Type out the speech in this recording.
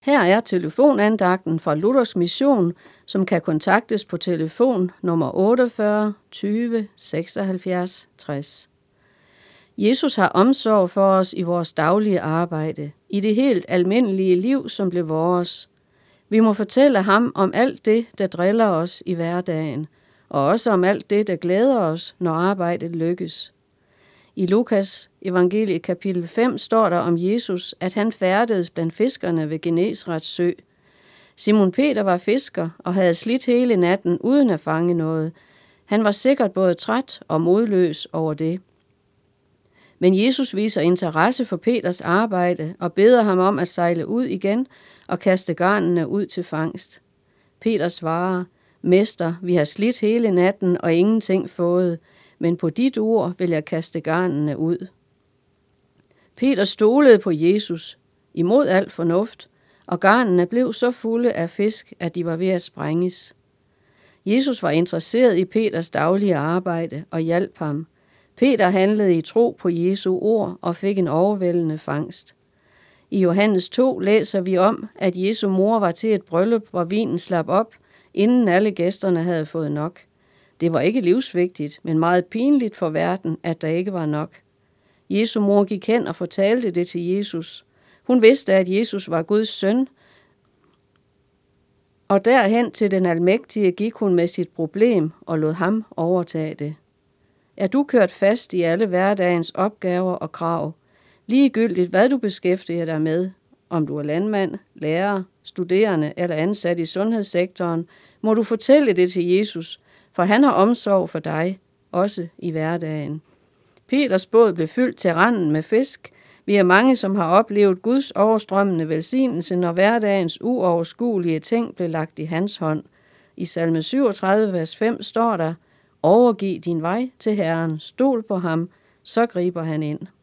Her er telefonandagten fra Luthers Mission, som kan kontaktes på telefon nummer 48 20 76 60. Jesus har omsorg for os i vores daglige arbejde, i det helt almindelige liv, som blev vores. Vi må fortælle ham om alt det, der driller os i hverdagen, og også om alt det, der glæder os, når arbejdet lykkes. I Lukas evangeliet kapitel 5 står der om Jesus, at han færdedes blandt fiskerne ved Genesarets sø. Simon Peter var fisker og havde slidt hele natten uden at fange noget. Han var sikkert både træt og modløs over det. Men Jesus viser interesse for Peters arbejde og beder ham om at sejle ud igen og kaste garnene ud til fangst. Peter svarer: Mester, vi har slidt hele natten og ingenting fået, men på dit ord vil jeg kaste garnene ud. Peter stolede på Jesus, imod al fornuft, og garnene blev så fulde af fisk, at de var ved at sprænges. Jesus var interesseret i Peters daglige arbejde og hjalp ham. Peter handlede i tro på Jesu ord og fik en overvældende fangst. I Johannes 2 læser vi om, at Jesu mor var til et bryllup, hvor vinen slap op, inden alle gæsterne havde fået nok. Det var ikke livsvigtigt, men meget pinligt for verden, at der ikke var nok. Jesu mor gik hen og fortalte det til Jesus. Hun vidste, at Jesus var Guds søn, og derhen til den almægtige gik hun med sit problem og lod ham overtage det. Er du kørt fast i alle hverdagens opgaver og krav? Ligegyldigt hvad du beskæftiger dig med, om du er landmand, lærer, studerende eller ansat i sundhedssektoren, må du fortælle det til Jesus, for han har omsorg for dig, også i hverdagen. Peters båd blev fyldt til randen med fisk. Vi er mange, som har oplevet Guds overstrømmende velsignelse, når hverdagens uoverskuelige ting blev lagt i hans hånd. I salme 37, vers 5 står der: Overgiv din vej til Herren, stol på ham, så griber han ind.